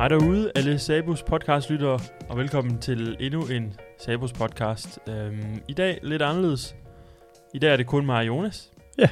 Hej derude, alle Sabus podcastlyttere, og velkommen til endnu en Sabus podcast. I dag lidt anderledes. I dag er det kun mig og Jonas. Ja.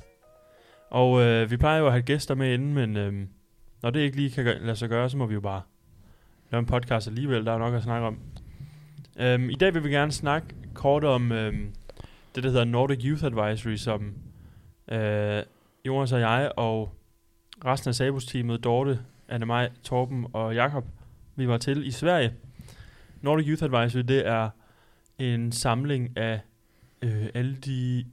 Og vi plejer jo at have gæster med inden, men når det ikke lige kan lade sig gøre, så må vi jo bare lave en podcast alligevel. Der er nok at snakke om. I dag vil vi gerne snakke kort om det, der hedder Nordic Youth Advisory, som Jonas og jeg og resten af Sabus-teamet, Dorte, Anne-Maj, Torben og Jakob, vi var til i Sverige. Nordic Youth Advisory, det er en samling af alle de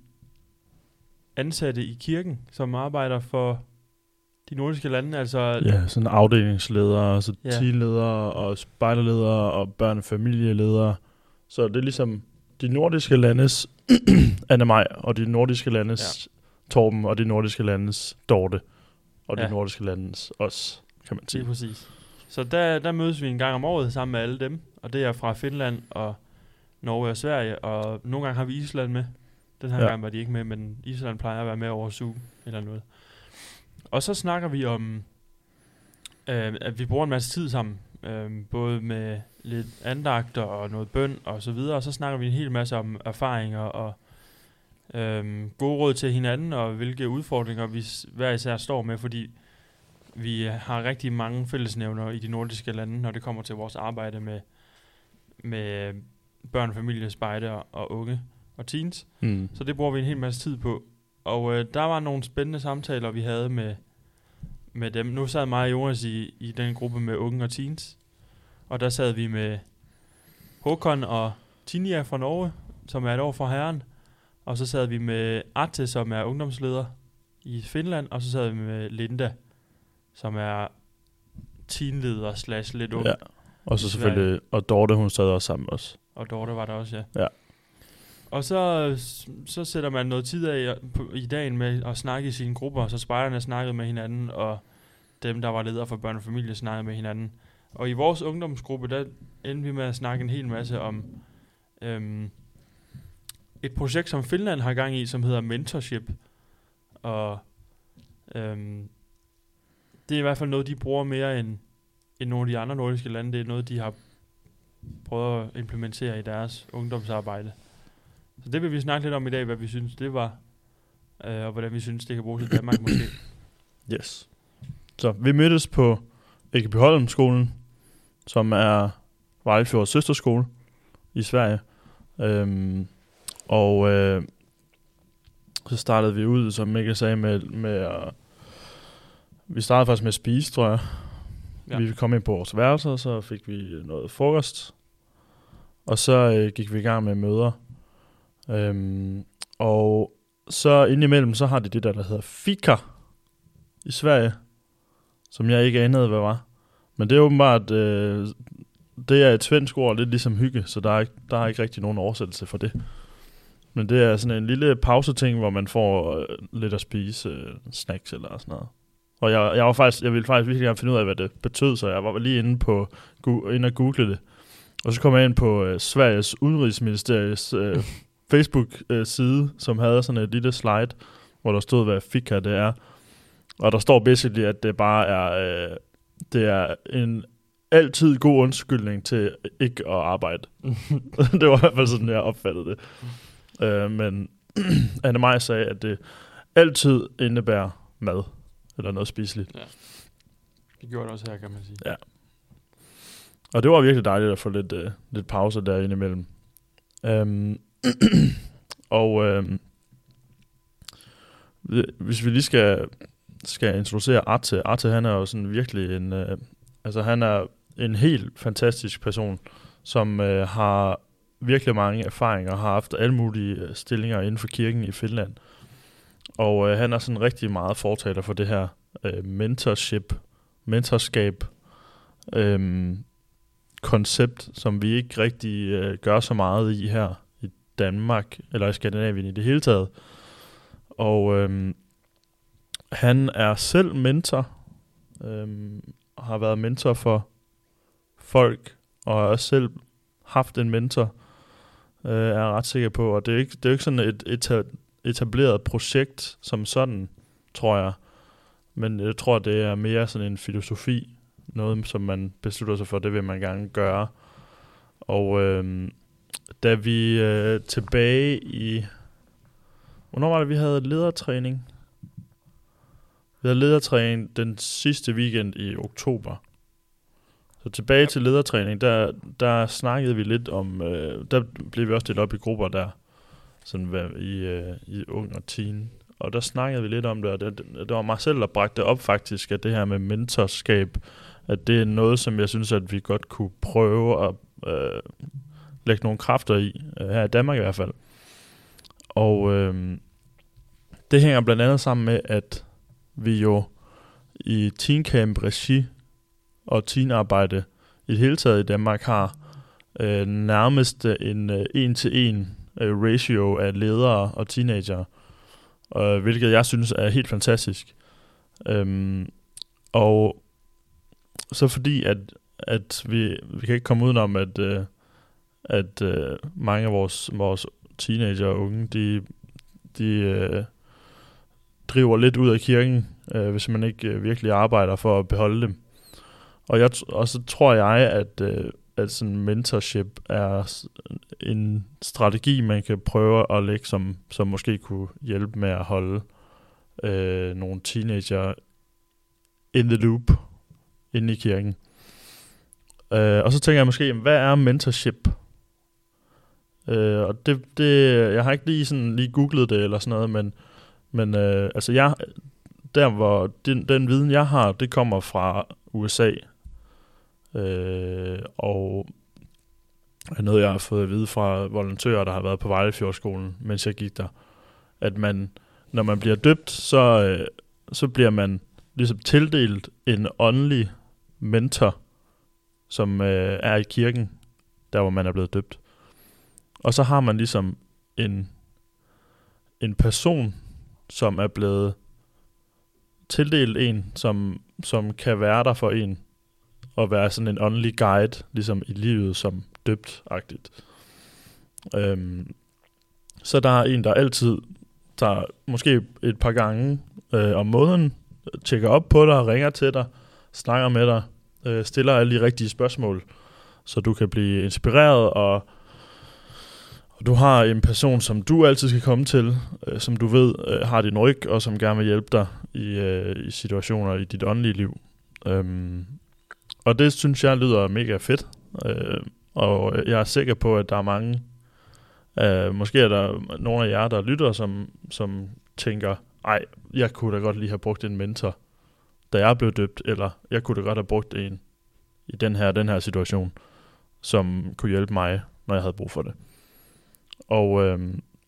ansatte i kirken, som arbejder for de nordiske lande. Altså, ja, sådan afdelingsledere, altså teamledere og spejderledere og børnefamilieledere. Så det er ligesom de nordiske landes Anne-Maj og de nordiske landes Torben og de nordiske landes Dorte og de nordiske landes os, kan man sige. Det er præcis. Så der mødes vi en gang om året sammen med alle dem, og det er fra Finland og Norge og Sverige, og nogle gange har vi Island med. Den her gang var de ikke med, men Island plejer at være med over Zoom eller noget. Og så snakker vi om, at vi bruger en masse tid sammen, både med lidt andagter og noget bøn og så videre, og så snakker vi en hel masse om erfaringer og gode råd til hinanden, og hvilke udfordringer vi hver især står med, fordi vi har rigtig mange fællesnævner i de nordiske lande, når det kommer til vores arbejde med børn, familie, spejder og unge og teens. Så det bruger vi en hel masse tid på. Og der var nogle spændende samtaler, vi havde med dem. Nu sad mig og Jonas i den gruppe med unge og teens, og der sad vi med Håkon og Tinja fra Norge, som er et år fra herren, og så sad vi med Atte, som er ungdomsleder i Finland, og så sad vi med Linda, som er teenleder / lidt ung. Ja, og så selvfølgelig, og Dorte, hun sad også sammen med os. Og Dorte var der også, ja. Og så sætter man noget tid af i dagen med at snakke i sine grupper, så spejderne snakkede med hinanden, og dem, der var ledere for børn og familie, snakkede med hinanden. Og i vores ungdomsgruppe, der endte vi med at snakke en hel masse om et projekt, som Finland har gang i, som hedder Mentorship. Og det er i hvert fald noget, de bruger mere end nogle af de andre nordiske lande. Det er noget, de har prøvet at implementere i deres ungdomsarbejde. Så det vil vi snakke lidt om i dag, hvad vi synes det var, og hvordan vi synes, det kan bruges i Danmark måske. Yes. Så vi mødtes på Ekebyholm-skolen, som er Vejlefjords søsterskole i Sverige. Så startede vi ud, som Mikkel sagde, med at... Vi startede faktisk med at spise, tror jeg. Ja. Vi kom ind på vores værelser, så fik vi noget frokost. Og så gik vi i gang med møder. Og så indimellem, så har de det der hedder fika i Sverige, som jeg ikke anede, hvad var. Men det er åbenbart, det er et svensk ord, lidt ligesom hygge, så der er ikke rigtig nogen oversættelse for det. Men det er sådan en lille pauseting, hvor man får lidt at spise, snacks eller sådan noget. Og jeg ville faktisk virkelig gerne finde ud af, hvad det betød, så jeg var lige inde og google det. Og så kom jeg ind på Sveriges Udenrigsministeries Facebook-side, som havde sådan et lille slide, hvor der stod, hvad fika det er. Og der står basically, at det bare er, det er en altid god undskyldning til ikke at arbejde. Det var i hvert fald sådan, jeg opfattede det. Men Anne-Maj sagde, at det altid indebærer mad, eller noget spiseligt. Ja. Det gjorde det også her, kan man sige. Ja. Og det var virkelig dejligt at få lidt pause derinde imellem. Hvis vi lige skal introducere Atte. Atte, han er jo sådan virkelig han er en helt fantastisk person, som har virkelig mange erfaringer, har haft alle mulige stillinger inden for kirken i Finland. Og han er sådan rigtig meget fortaler for det her mentorskab, koncept, som vi ikke rigtig gør så meget i her i Danmark, eller i Skandinavien i det hele taget. Og han er selv mentor, har været mentor for folk, og har også selv haft en mentor, er jeg ret sikker på. Og det er jo ikke sådan et etableret projekt som sådan, tror jeg. Men jeg tror, det er mere sådan en filosofi, noget, som man beslutter sig for, det vil man gerne gøre. Og da vi tilbage i... Hvornår var det, vi havde ledertræning? Vi havde ledertræning den sidste weekend i oktober. Så tilbage til ledertræning, der snakkede vi lidt om... der blev vi også delt op i grupper der, sådan i ung og teen. Og der snakkede vi lidt om det, og det var mig selv, der bragte det op faktisk, at det her med mentorskab, at det er noget, som jeg synes, at vi godt kunne prøve at lægge nogle kræfter i, her i Danmark i hvert fald. Og det hænger blandt andet sammen med, at vi jo i teencamp-regi og teenarbejde i det hele taget i Danmark har nærmest en 1-til-1 ratio af ledere og teenagere, hvilket jeg synes er helt fantastisk. Og så fordi, at vi kan ikke komme udenom, at mange af vores teenager og unge, de driver lidt ud af kirken, hvis man ikke virkelig arbejder for at beholde dem. Og så tror jeg, at sådan mentorship er en strategi, man kan prøve at lægge, som måske kunne hjælpe med at holde nogle teenager in the loop inde i kirken. Og så tænker jeg måske, hvad er mentorship? Og jeg har ikke lige googlet det eller sådan noget, men altså der hvor den viden jeg har, det kommer fra USA, og er noget jeg har fået at vide fra volontører, der har været på Vejlefjordskolen, mens jeg gik der, at når man bliver døbt, så bliver man ligesom tildelt en åndelig mentor, som er i kirken, der hvor man er blevet døbt. Og så har man ligesom en person, som er blevet tildelt en, som kan være der for en, og være sådan en åndelig guide, ligesom i livet som døbt-agtigt. Så der er en, der altid tager måske et par gange om måneden, tjekker op på dig, ringer til dig, snakker med dig, stiller alle de rigtige spørgsmål, så du kan blive inspireret, og du har en person, som du altid skal komme til, som du ved har din ryg, og som gerne vil hjælpe dig i situationer i dit åndelige liv. Og det synes jeg lyder mega fedt, og jeg er sikker på, at der er mange, måske er der nogle af jer, der lytter, som tænker, ej, jeg kunne da godt lige have brugt en mentor, da jeg blev døbt, eller jeg kunne da godt have brugt en i den her situation, som kunne hjælpe mig, når jeg havde brug for det. Og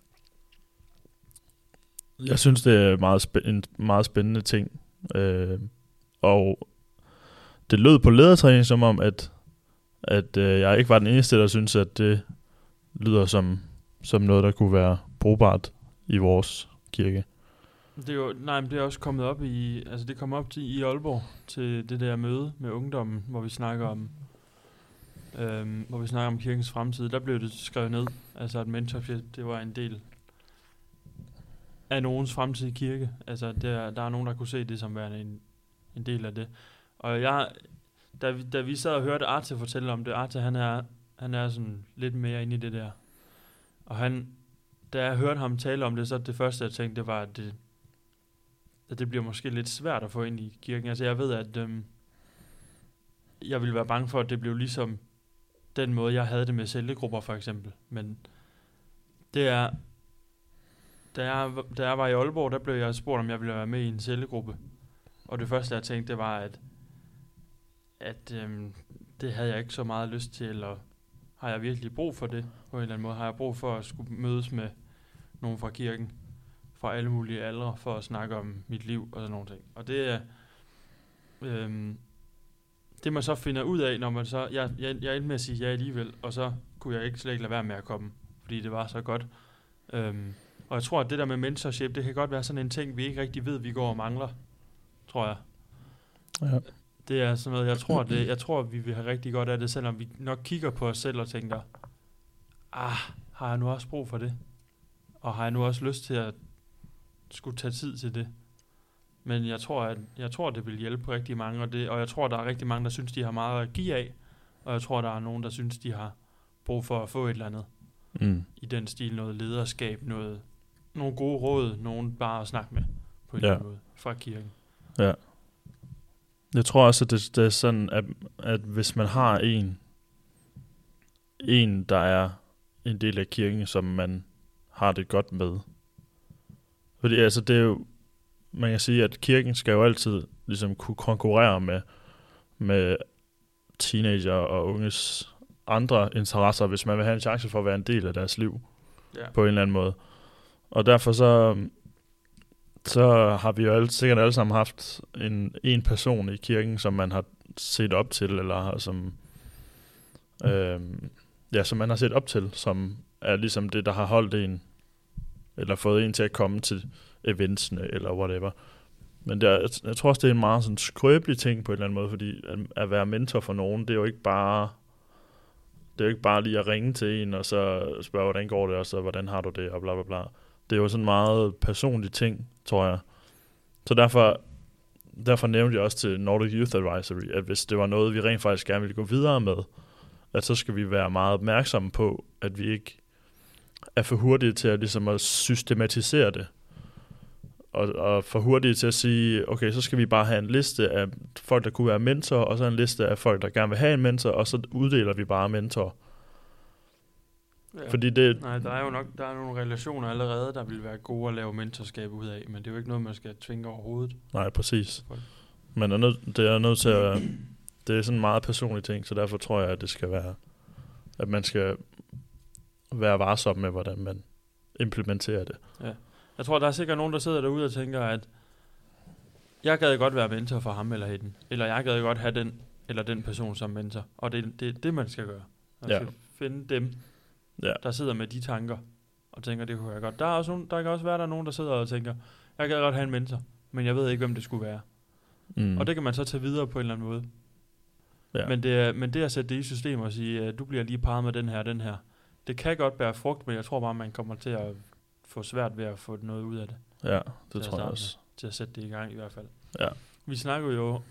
jeg synes, det er en meget spændende ting. Og det lød på ledertræning som om, at jeg ikke var den eneste, der synes, at det lyder som noget, der kunne være brugbart i vores kirke. Det er også kommet op det kom op i Aalborg til det der møde med ungdommen, hvor vi snakker om kirkens fremtid. Der blev det skrevet ned, altså at mentorship, det var en del af nogens fremtidige kirke. Altså der er nogen, der kunne se det som værende en del af det. Og da vi sad og hørte Arte fortælle om det, Arte han er sådan lidt mere inde i det der. Og da jeg hørte ham tale om det, så det første jeg tænkte, det var, at det bliver måske lidt svært at få ind i kirken. Altså jeg ved, at jeg ville være bange for, at det blev ligesom den måde, jeg havde det med cellegrupper for eksempel. Men det er, da jeg var i Aalborg, der blev jeg spurgt, om jeg ville være med i en cellegruppe. Og det første, jeg tænkte, det var, at det havde jeg ikke så meget lyst til, eller har jeg virkelig brug for det på en eller anden måde? Har jeg brug for at skulle mødes med nogen fra kirken, fra alle mulige aldre, for at snakke om mit liv og sådan nogle ting. Og det er det man så finder ud af, når man så, jeg endte med at sige ja alligevel, og så kunne jeg slet ikke lade være med at komme, fordi det var så godt. Og jeg tror, at det der med mentorship, det kan godt være sådan en ting, vi ikke rigtig ved, vi går og mangler, tror jeg. Ja. Det er sådan noget, jeg tror, vi vil have rigtig godt af det, selvom vi nok kigger på os selv og tænker, har jeg nu også brug for det? Og har jeg nu også lyst til at skulle tage tid til det? Men jeg tror, det vil hjælpe rigtig mange, og jeg tror, der er rigtig mange, der synes, de har meget at give af, og jeg tror, der er nogen, der synes, de har brug for at få et eller andet i den stil, noget lederskab, nogle gode råd, nogen bare at snakke med på en eller anden måde fra kirken. Ja. Jeg tror også, at det er sådan, at hvis man har en, der er en del af kirken, som man har det godt med. Fordi altså, det er jo, man kan sige, at kirken skal jo altid ligesom kunne konkurrere med teenager og unges andre interesser, hvis man vil have en chance for at være en del af deres liv på en eller anden måde. Og derfor så har vi jo sikkert alle sammen haft en person i kirken, som man har set op til, eller som som man har set op til, som er ligesom det, der har holdt en, eller fået en til at komme til eventsene, eller whatever. Men jeg tror også, det er en meget sådan skrøbelig ting på en eller anden måde, fordi at være mentor for nogen, det er jo ikke bare lige at ringe til en, og så spørge, hvordan går det, og så hvordan har du det, og bla bla bla. Det er jo sådan en meget personlig ting, tror jeg. Så derfor nævnte jeg også til Nordic Youth Advisory, at hvis det var noget, vi rent faktisk gerne ville gå videre med, at så skal vi være meget opmærksomme på, at vi ikke er for hurtige til at systematisere det. Og for hurtige til at sige, okay, så skal vi bare have en liste af folk, der kunne være mentor, og så en liste af folk, der gerne vil have en mentor, og så uddeler vi bare mentor. Ja. Fordi Nej, der er nogle relationer allerede, der vil være gode at lave mentorskab ud af, men det er jo ikke noget, man skal tvinge over hovedet. Nej, præcis. Men det er nødt til at... Det er sådan en meget personlig ting, så derfor tror jeg, at det skal være... At man skal være varsom med, hvordan man implementerer det. Ja. Jeg tror, der er sikkert nogen, der sidder derude og tænker, at jeg gad godt være mentor for ham eller hende, eller jeg gad godt have den eller den person som mentor. Og det er det, man skal gøre. Man skal finde dem, der sidder med de tanker, og tænker, det kunne jeg godt. Der kan også være, der er nogen, der sidder og tænker, jeg gad godt have en mentor, men jeg ved ikke, hvem det skulle være. Og det kan man så tage videre på en eller anden måde. Ja. Men det at sætte det i system og sige, at du bliver lige parret med den her, det kan godt bære frugt, men jeg tror bare, man kommer til at få svært ved at få noget ud af det. Ja, det tror jeg også. Til at sætte det i gang i hvert fald. Ja. Vi snakkede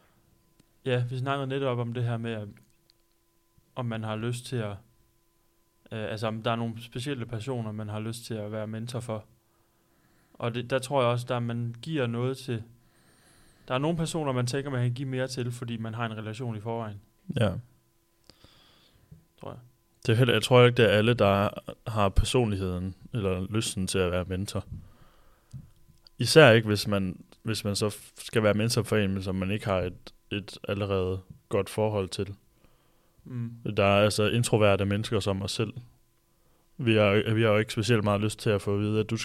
netop om det her med, om man har lyst til at, om der er nogle specielle personer, man har lyst til at være mentor for. Og der tror jeg også, at man giver noget til. Der er nogle personer, man tænker, man kan give mere til, fordi man har en relation i forvejen. Ja. Tror jeg. Jeg tror ikke, det er alle, der har personligheden eller lysten til at være mentor. Især ikke, hvis man så skal være mentor for en, som man ikke har et allerede godt forhold til. Der er altså introverte mennesker som os selv. Vi har jo ikke specielt meget lyst til at få at vide, at du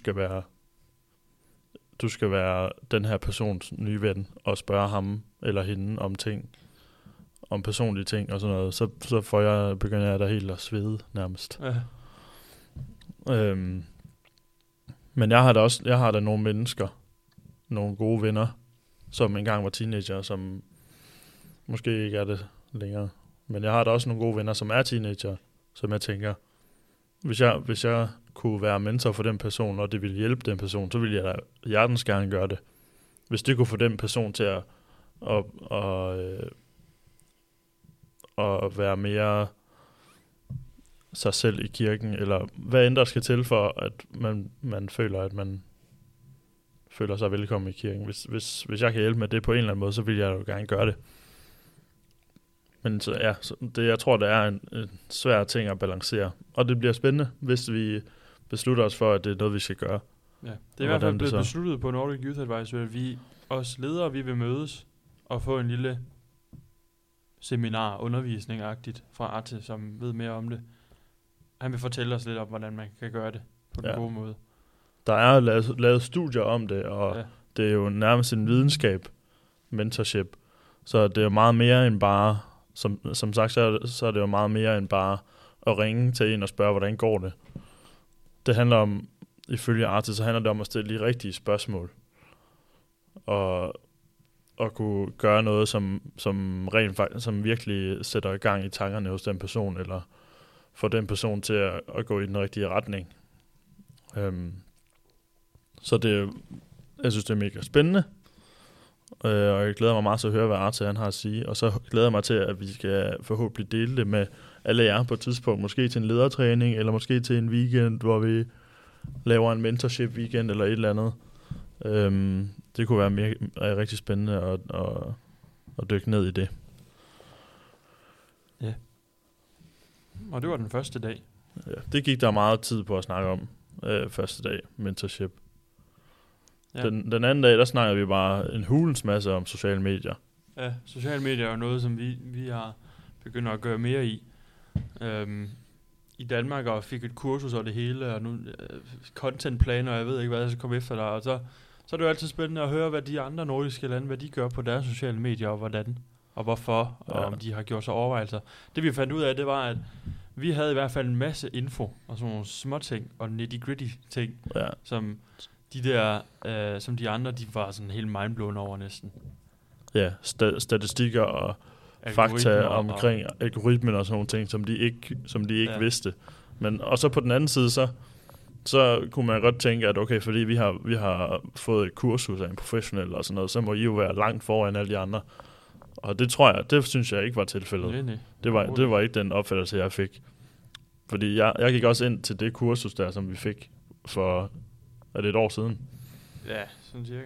skal være den her persons nye ven, og spørge ham eller hende om personlige ting og sådan noget, så begynder jeg da helt at svede nærmest. Ja. Men jeg har da nogle mennesker, nogle gode venner, som engang var teenager, som måske ikke er det længere. Men jeg har da også nogle gode venner, som er teenager, som jeg tænker, hvis jeg kunne være mentor for den person, og det ville hjælpe den person, så ville jeg da hjertens gerne gøre det. Hvis det kunne få den person til at være mere sig selv i kirken, eller hvad end der skal til for, at man føler, at man føler sig velkommen i kirken. Hvis jeg kan hjælpe med det på en eller anden måde, så vil jeg jo gerne gøre det. Men jeg tror, det er en svær ting at balancere. Og det bliver spændende, hvis vi beslutter os for, at det er noget, vi skal gøre. Ja, det er i hvert fald blevet besluttet på Nordic Youth Advisory, at os ledere, vi vil mødes og få en lille seminar, undervisning-agtigt fra Arte, som ved mere om det. Han vil fortælle os lidt om, hvordan man kan gøre det på den gode måde. Der er lavet studier om det, og det er jo nærmest en videnskab, mentorship. Så det er jo meget mere end bare, som sagt, så er det jo meget mere end bare at ringe til en og spørge, hvordan går det. Det handler om, ifølge Arte, så handler det om at stille de rigtige spørgsmål. Og kunne gøre noget, som virkelig sætter i gang i tankerne hos den person, eller får den person til at gå i den rigtige retning. Så jeg synes, det er mega spændende. Og jeg glæder mig meget til at høre, hvad Arte han har at sige. Og så glæder jeg mig til, at vi skal forhåbentlig dele det med alle jer på et tidspunkt. Måske til en ledertræning, eller måske til en weekend, hvor vi laver en mentorship weekend, eller et eller andet. Det kunne være rigtig spændende at dykke ned i det. Ja. Og det var den første dag. Ja, det gik der meget tid på at snakke om. Første dag, mentorship. Ja. Den anden dag, der snakkede vi bare en hulens masse om sociale medier. Ja, sociale medier er jo noget, som vi har begyndt at gøre mere i. I Danmark, og fik et kursus og det hele, og nu contentplaner, og jeg ved ikke, hvad jeg skal komme efter der. Og så er det jo altid spændende at høre, hvad de andre nordiske lande, hvad de gør på deres sociale medier, og hvordan, og hvorfor, og om de har gjort sig overvejelser. Det vi fandt ud af, det var, at vi havde i hvert fald en masse info, og sådan nogle små ting, og nitty-gritty ting, som de der, som de andre, de var sådan helt mindblown over næsten. Ja, statistikker og fakta omkring algoritmen og sådan nogle ting, som de ikke vidste. Men og så på den anden side, så kunne man godt tænke, at okay, fordi vi har fået et kursus af en professionel og sådan noget, så må I jo være langt foran alle de andre. Og det synes jeg ikke var tilfældet. Nej. Det var ikke den opfattelse, jeg fik. Fordi jeg gik også ind til det kursus der, som vi fik for et år siden. Ja, sådan cirka.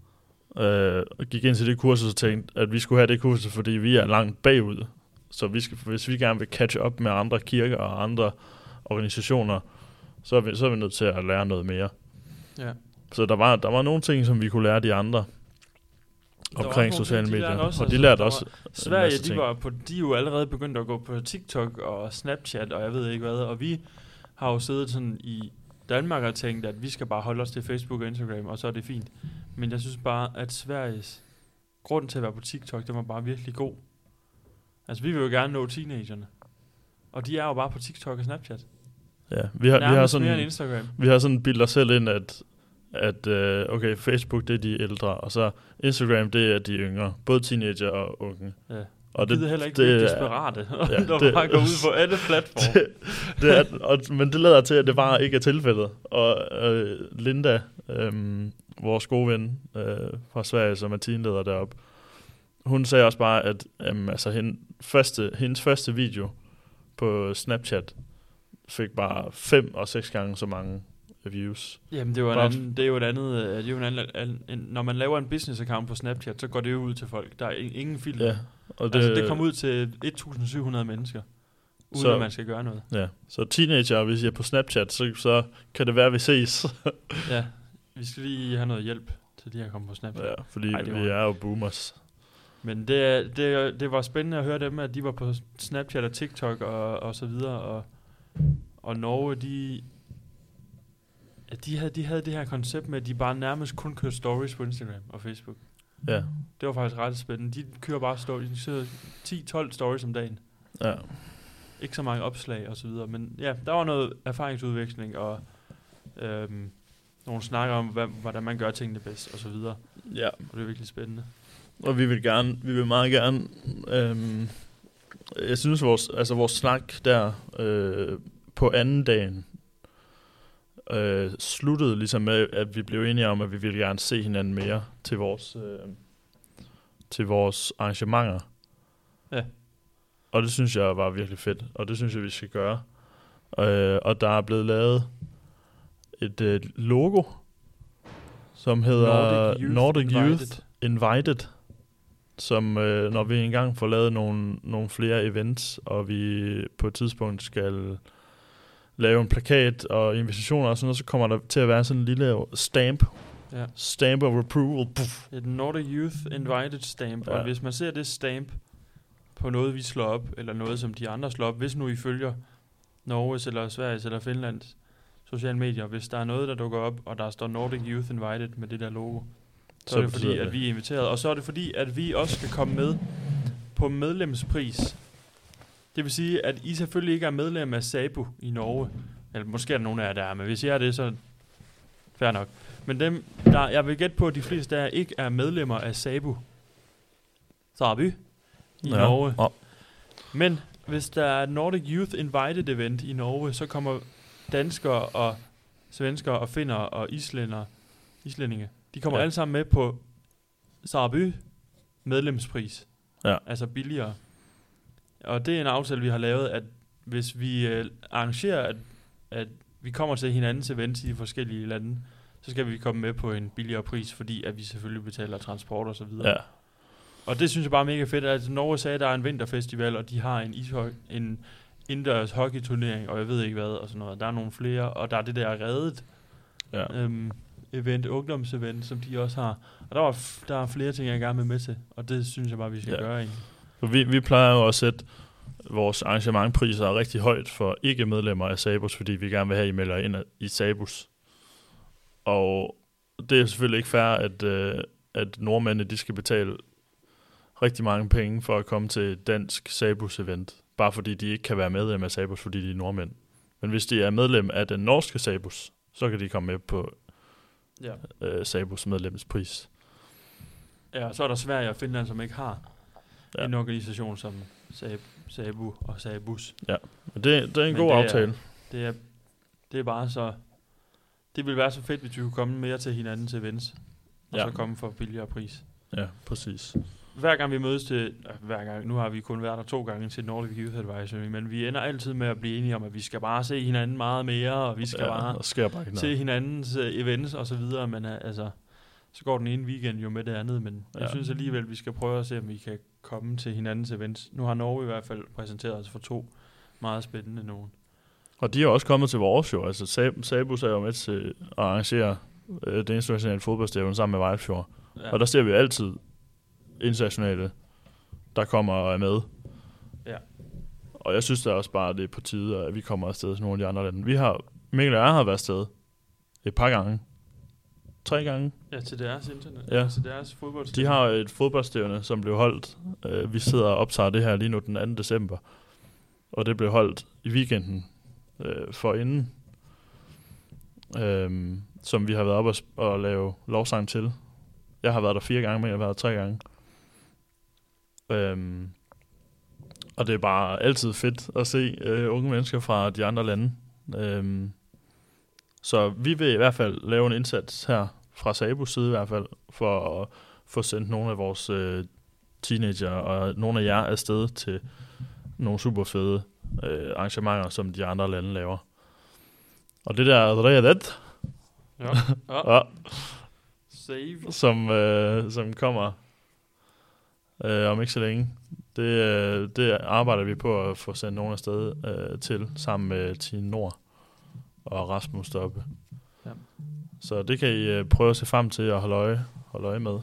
Gik ind til det kursus og tænkte, at vi skulle have det kursus, fordi vi er langt bagud. Så hvis vi gerne vil catch up med andre kirker og andre organisationer, så er vi nødt til at lære noget mere. Ja. Så der var nogle ting, som vi kunne lære de andre omkring sociale medier. Og de lærte også Sverige, de er jo allerede begyndt at gå på TikTok og Snapchat, og jeg ved ikke hvad. Og vi har jo siddet sådan i Danmark og tænkt, at vi skal bare holde os til Facebook og Instagram, og så er det fint. Men jeg synes bare, at Sveriges grund til at være på TikTok, det var bare virkelig god. Altså, vi vil jo gerne nå teenagerne. Og de er jo bare på TikTok og Snapchat. Ja, vi har sådan mere end Instagram. Vi har sådan bildet os selv ind, at okay, Facebook, det er de ældre, og så Instagram, det er de yngre. Både teenager og unge. Ja. Og det heller ikke blive desperate, der bare går ud på alle platforme. Men det lader til, at det bare ikke er tilfældet. Og Linda, vores gode ven fra Sverige, som er teamleder deroppe, hun sagde også bare, at altså, hendes første video på Snapchat fik bare 5 og 6 gange så mange views. Jamen, det er jo et andet, når man laver en business account på Snapchat, så går det jo ud til folk. Der er ingen film. Ja, og det kommer ud til 1.700 mennesker, uden at man skal gøre noget. Ja, så teenager, hvis I er på Snapchat, så kan det være, at vi ses. Ja, vi skal lige have noget hjælp til de her komme på Snapchat. Ja, fordi vi er jo boomers. Men det var spændende at høre dem, at de var på Snapchat og TikTok og så videre, og Norge, de havde det her koncept med, at de bare nærmest kun kører stories på Instagram og Facebook. Ja. Det var faktisk ret spændende. De kører bare stories. De kører 10-12 stories om dagen. Ja. Ikke så mange opslag og så videre. Men ja, der var noget erfaringsudveksling og nogle snakker om, hvordan man gør tingene bedst og så videre. Ja. Og det er virkelig spændende. Og vi vil meget gerne jeg synes vores snak der på anden dagen sluttede ligesom med, at vi blev enige om, at vi ville gerne se hinanden mere til vores arrangementer. Ja. Og det synes jeg var virkelig fedt, og det synes jeg, vi skal gøre. Og der er blevet lavet et logo, som hedder Nordic Youth Invited, som når vi engang får lavet nogle flere events, og vi på et tidspunkt skal lave en plakat og invitationer og sådan noget, så kommer der til at være sådan en lille stamp. Ja. Stamp of approval. Puff. Et Nordic Youth Invited stamp. Ja. Og hvis man ser det stamp på noget, vi slår op, eller noget, som de andre slår op, hvis nu I følger Norges eller Sveriges eller Finlands sociale medier, hvis der er noget, der dukker op, og der står Nordic Youth Invited med det der logo, så er det fordi, at vi er inviteret. Og så er det fordi, at vi også skal komme med på medlemspris. Det vil sige, at I selvfølgelig ikke er medlem af SABU i Norge. Eller måske er der nogen af jer, der er, men hvis I er det, så fair nok. Men dem, jeg vil gætte på, at de fleste af jer ikke er medlemmer af SABU i Norge. Ja. Men hvis der er Nordic Youth Invited event i Norge, så kommer danskere og svenskere og finner og islændinge. De kommer alle sammen med på Saraby medlemspris. Ja. Altså billigere. Og det er en aftale, vi har lavet, at hvis vi arrangerer, at vi kommer til hinandens events i de forskellige lande, så skal vi komme med på en billigere pris, fordi at vi selvfølgelig betaler transport og så videre. Ja. Og det synes jeg bare er mega fedt. Altså, Norge sagde, at der er en vinterfestival, og de har en indendørs hockeyturnering, og jeg ved ikke hvad, og sådan noget. Der er nogle flere, og der er det der reddet event, ungdomsevent, som de også har. Og der er flere ting, jeg gerne vil med til, og det synes jeg bare, vi skal gøre egentlig. Vi plejer jo at sætte vores arrangementpriser rigtig højt for ikke-medlemmer af Sabus, fordi vi gerne vil have, I melder ind i Sabus. Og det er selvfølgelig ikke fair, at nordmændene de skal betale rigtig mange penge for at komme til et dansk Sabus-event, bare fordi de ikke kan være medlem af Sabus, fordi de er nordmænd. Men hvis de er medlem af den norske Sabus, så kan de komme med på Sabus medlemspris. Ja, så er der Sverige og Finland, som ikke har en organisation som Sabu og Sabus. Ja, men det er en god aftale. Det er bare så... Det ville være så fedt, hvis vi kunne komme mere til hinandens events, og så komme for billigere pris. Ja, præcis. Hver gang vi mødes til... nu har vi kun været der 2 gange til Nordic Youth Advisory, men vi ender altid med at blive enige om, at vi skal bare se hinanden meget mere, og vi skal bare se hinandens events og så videre, men altså... Så går den ene weekend jo med det andet, men jeg synes alligevel, vi skal prøve at se, om vi kan komme til hinandens events. Nu har Norge i hvert fald præsenteret os for 2 meget spændende nogen. Og de er også kommet til vores show. Altså Sabus er jo med til at arrangere det internationale fodboldstævne sammen med Vejlefjord. Ja. Og der ser vi altid internationale, der kommer og er med. Ja. Og jeg synes da også bare, at det er på tide, at vi kommer afsted til nogle af de andre lande. Mikkel og jeg har været afsted et par gange. 3 gange. Ja, til deres internet. Ja. Til deres fodboldstævne. De har et fodboldstævne, som blev holdt. Vi sidder og optager det her lige nu den 2. december. Og det blev holdt i weekenden forinden. Som vi har været oppe og lave lovsang til. Jeg har været der 4 gange, men jeg har været der 3 gange. Og det er bare altid fedt at se unge mennesker fra de andre lande. Så vi vil i hvert fald lave en indsats her fra Sabus side i hvert fald, for at få sendt nogle af vores teenager og nogle af jer afsted til nogle super fede arrangementer, som de andre lande laver. Og det der Redet, som kommer om ikke så længe, det arbejder vi på at få sendt nogle afsted til, sammen med Tine Nord og Rasmus deroppe. Ja. Så det kan I prøve at se frem til at holde øje med.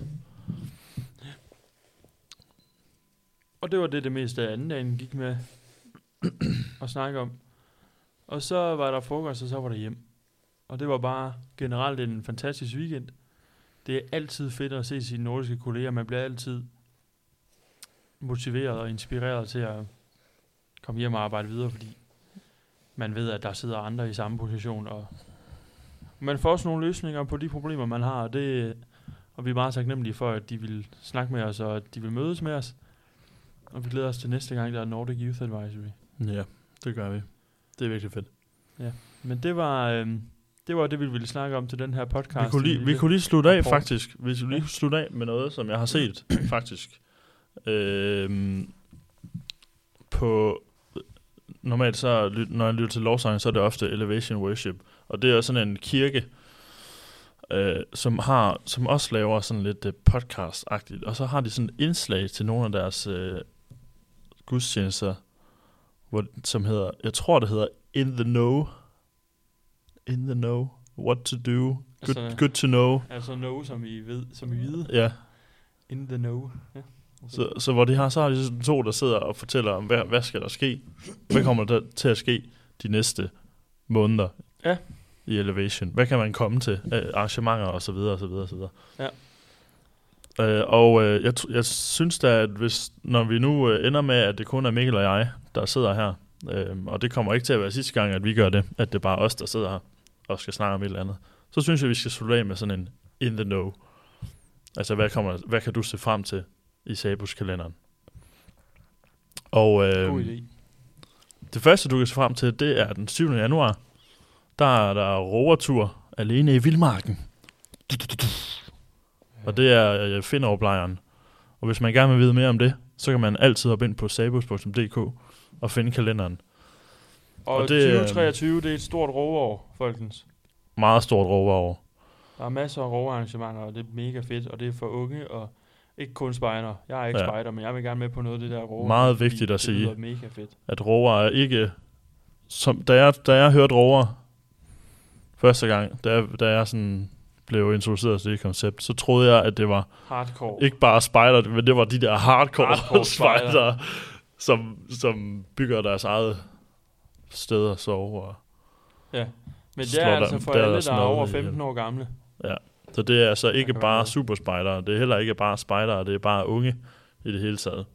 Og det var det meste af anden dagen gik med at snakke om. Og så var der frokost, og så var der hjem. Og det var bare generelt en fantastisk weekend. Det er altid fedt at se sine nordiske kolleger. Man bliver altid motiveret og inspireret til at komme hjem og arbejde videre, fordi man ved, at der sidder andre i samme position, og man får også nogle løsninger på de problemer, man har, og vi er meget taknemmelige for, at de vil snakke med os, og at de vil mødes med os. Og vi glæder os til næste gang, der er Nordic Youth Advisory. Ja, det gør vi. Det er virkelig fedt. Ja, men det var det, vi ville snakke om til den her podcast. Vi kunne lige slutte af, faktisk. Vi skulle lige slutte af med noget, som jeg har set, faktisk. Normalt så, når jeg lytter til lovsangen, så er det ofte Elevation Worship. Og det er sådan en kirke, som også laver sådan lidt podcast-agtigt. Og så har de sådan et indslag til nogle af deres gudstjenester, som hedder, jeg tror det hedder In the Know. In the Know. What to do. Good to know. Altså know, som I vide. Ja. In the know. Ja. Så hvor så har de 2, der sidder og fortæller om, hvad skal der ske? Hvad kommer der til at ske de næste måneder i Elevation? Hvad kan man komme til? Arrangementer og så videre, og så videre, og så videre. Ja. Jeg synes da, at når vi nu ender med, at det kun er Mikkel og jeg, der sidder her, og det kommer ikke til at være sidste gang, at vi gør det, at det er bare os, der sidder her og skal snakke om et eller andet, så synes jeg, vi skal slutte af med sådan en in the know. Altså, hvad kan du se frem til i Sabus-kalenderen? Og god idé. Det første, du kan se frem til, det er den 7. januar. Der er der roertur alene i Vildmarken. Og det er Finderup-lejren. Og hvis man gerne vil vide mere om det, så kan man altid hoppe ind på sabus.dk og finde kalenderen. Og det, 2023, det er et stort roveår, folkens. Meget stort roveår. Der er masser af rovearrangementer, og det er mega fedt, og det er for unge, og ikke kun spejder. Jeg er ikke spejder, men jeg vil gerne med på noget af det der rover. Meget vigtigt at sige, det mega fedt. At rover er ikke... Da jeg hørte rover første gang, da jeg sådan blev introduceret til det koncept, så troede jeg, at det var hardcore. Ikke bare spejder, men det var de der hardcore spejder, som bygger deres eget sted at sove. Ja, men det er altså for alle, der er over 15 år gamle. Ja, så det er altså ikke bare superspejdere, det er heller ikke bare spejdere, det er bare unge i det hele taget.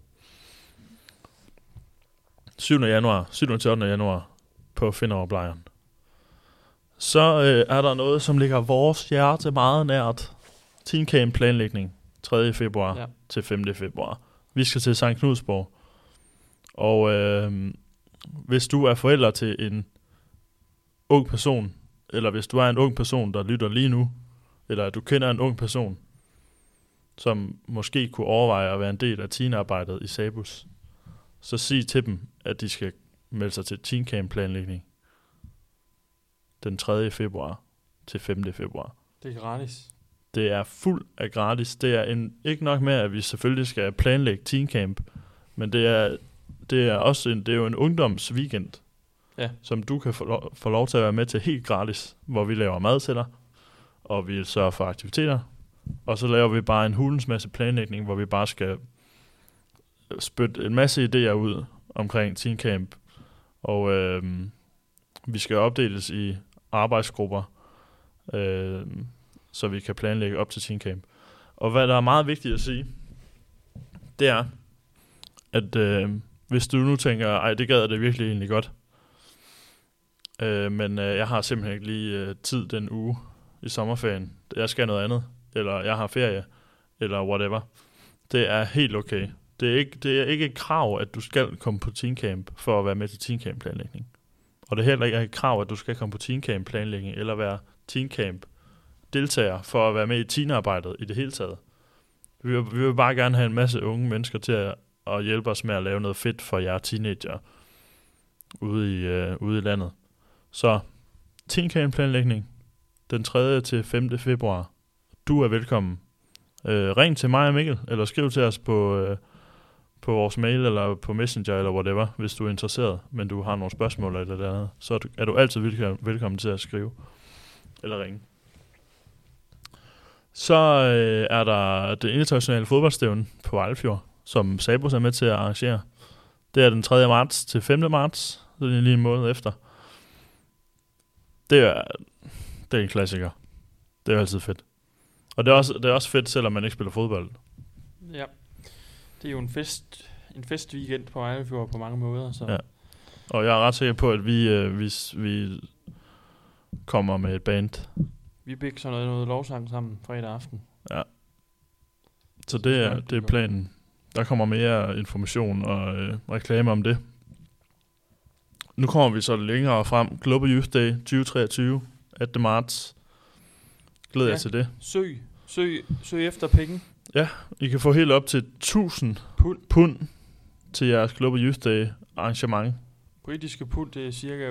7. til 8. januar på Finderup-lejren. Så er der noget, som ligger vores hjerte meget nært. Teen Camp planlægning. 3. februar til 5. februar. Vi skal til Sankt Knudsborg. Og hvis du er forælder til en ung person, eller hvis du er en ung person, der lytter lige nu, eller at du kender en ung person, som måske kunne overveje at være en del af teenarbejdet i Sabus, så sig til dem, at de skal melde sig til Teen Camp planlægning den 3. februar til 5. februar. Det er gratis. Det er fuld af gratis. Det er ikke nok med, at vi selvfølgelig skal planlægge Teen Camp, men det er også det er jo en ungdomsweekend, som du kan få lov til at være med til helt gratis, hvor vi laver mad til dig, og vi sørger for aktiviteter, og så laver vi bare en hulens masse planlægning, hvor vi bare skal spytte en masse idéer ud omkring Teen Camp, og vi skal opdeles i arbejdsgrupper, så vi kan planlægge op til Teen Camp. Og hvad der er meget vigtigt at sige, det er, at hvis du nu tænker, ej, det gad det virkelig egentlig godt, men jeg har simpelthen ikke lige tid den uge i sommerferien, jeg skal noget andet, eller jeg har ferie, eller whatever, det er helt okay. Det er ikke et krav, at du skal komme på Teen Camp for at være med til Teen Camp planlægning. Og det er heller ikke et krav, at du skal komme på Teen Camp planlægning, eller være Teen Camp deltager for at være med i teenarbejdet i det hele taget. Vi vil bare gerne have en masse unge mennesker til at hjælpe os med at lave noget fedt for jer teenager ude i landet. Så Teen Camp planlægning den 3. til 5. februar. Du er velkommen. Ring til mig og Mikkel, eller skriv til os på vores mail, eller på Messenger, eller whatever, hvis du er interesseret, men du har nogle spørgsmål eller det andet, så er du altid velkommen til at skrive, eller ringe. Så er der det internationale fodboldstævne på Vejlefjord, som Sabus er med til at arrangere. Det er den 3. marts til 5. marts, så det er lige en måned efter. Det er en klassiker. Det er altid fedt. Og det er også fedt, selvom man ikke spiller fodbold. Ja. Det er jo en festweekend på Vejlefjord på mange måder. Så. Ja. Og jeg er ret sikker på, at vi kommer med et band. Vi bygger noget lovsang sammen fredag aften. Ja. Så det er planen. Der kommer mere information og reklame om det. Nu kommer vi så længere frem. Global Youth Day 2023, 18. marts. Glæder jeg til det. Søg efter penge. Ja, I kan få helt op til 1000 pund til jeres Global Youth Day arrangement. Britiske pund, det er cirka 8.800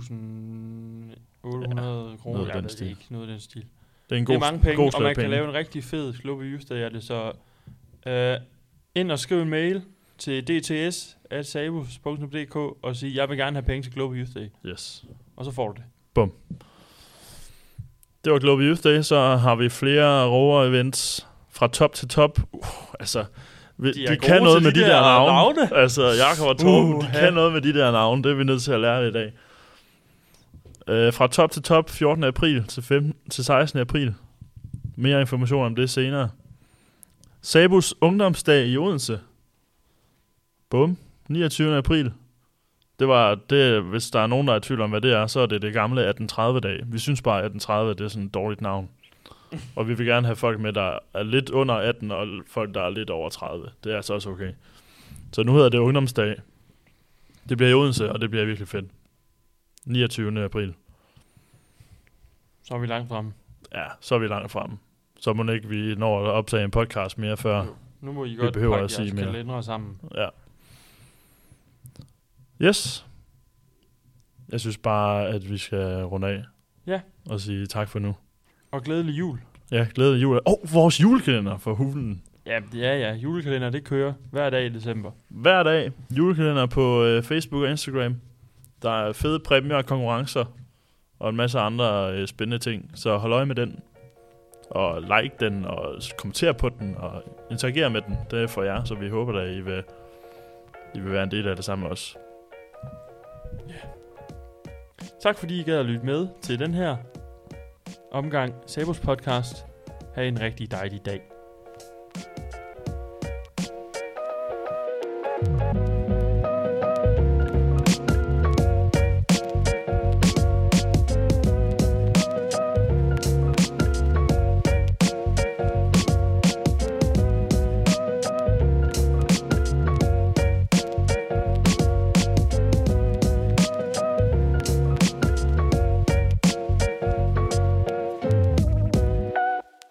kroner. Ja, det er ikke noget af den stil. Det er mange penge, og man kan lave en rigtig fed Global Youth Day. Så ind og skriv en mail til dts@sabus.dk og sige, jeg vil gerne have penge til Global Youth Day. Yes. Og så får du det. Bum. Det var Global Youth Day, så har vi flere rover-events fra top til top. De kan noget med de der navne. Altså, Jakob og Torben, de kan noget med de der navne. Det er vi nødt til at lære i dag. Fra top til top, 14. april til 16. april. Mere information om det senere. Sabus Ungdomsdag i Odense. Bum. 29. april. Hvis der er nogen, der er i tvivl om, hvad det er, så er det gamle 1830-dag. Vi synes bare, at 1830 det er sådan et dårligt navn. Og vi vil gerne have folk med, der er lidt under 18, og folk, der er lidt over 30. Det er altså også okay. Så nu hedder det Ungdomsdag. Det bliver i Odense, og det bliver virkelig fedt. 29. april. Så er vi langt fremme. Ja, så er vi langt fremme. Så må ikke vi når at optage en podcast mere før. Nu må I Vi godt behøver pakke at sige jeres mere. kalendere sammen. Ja. Yes. Jeg synes bare, at vi skal runde af. Ja. Og sige tak for nu. Og glædelig jul. Ja, glædelig jul. Vores julekalender for hulen. Ja, julekalender, det kører hver dag i december. Hver dag. Julekalender på Facebook og Instagram. Der er fede præmier og konkurrencer. Og en masse andre spændende ting. Så hold øje med den. Og like den, og kommenter på den, og interagere med den. Det er for jer, så vi håber, at I vil være en del af det sammen med os. Tak fordi I gad at lytte med til den her omgang Sabos podcast. Ha' en rigtig dejlig dag.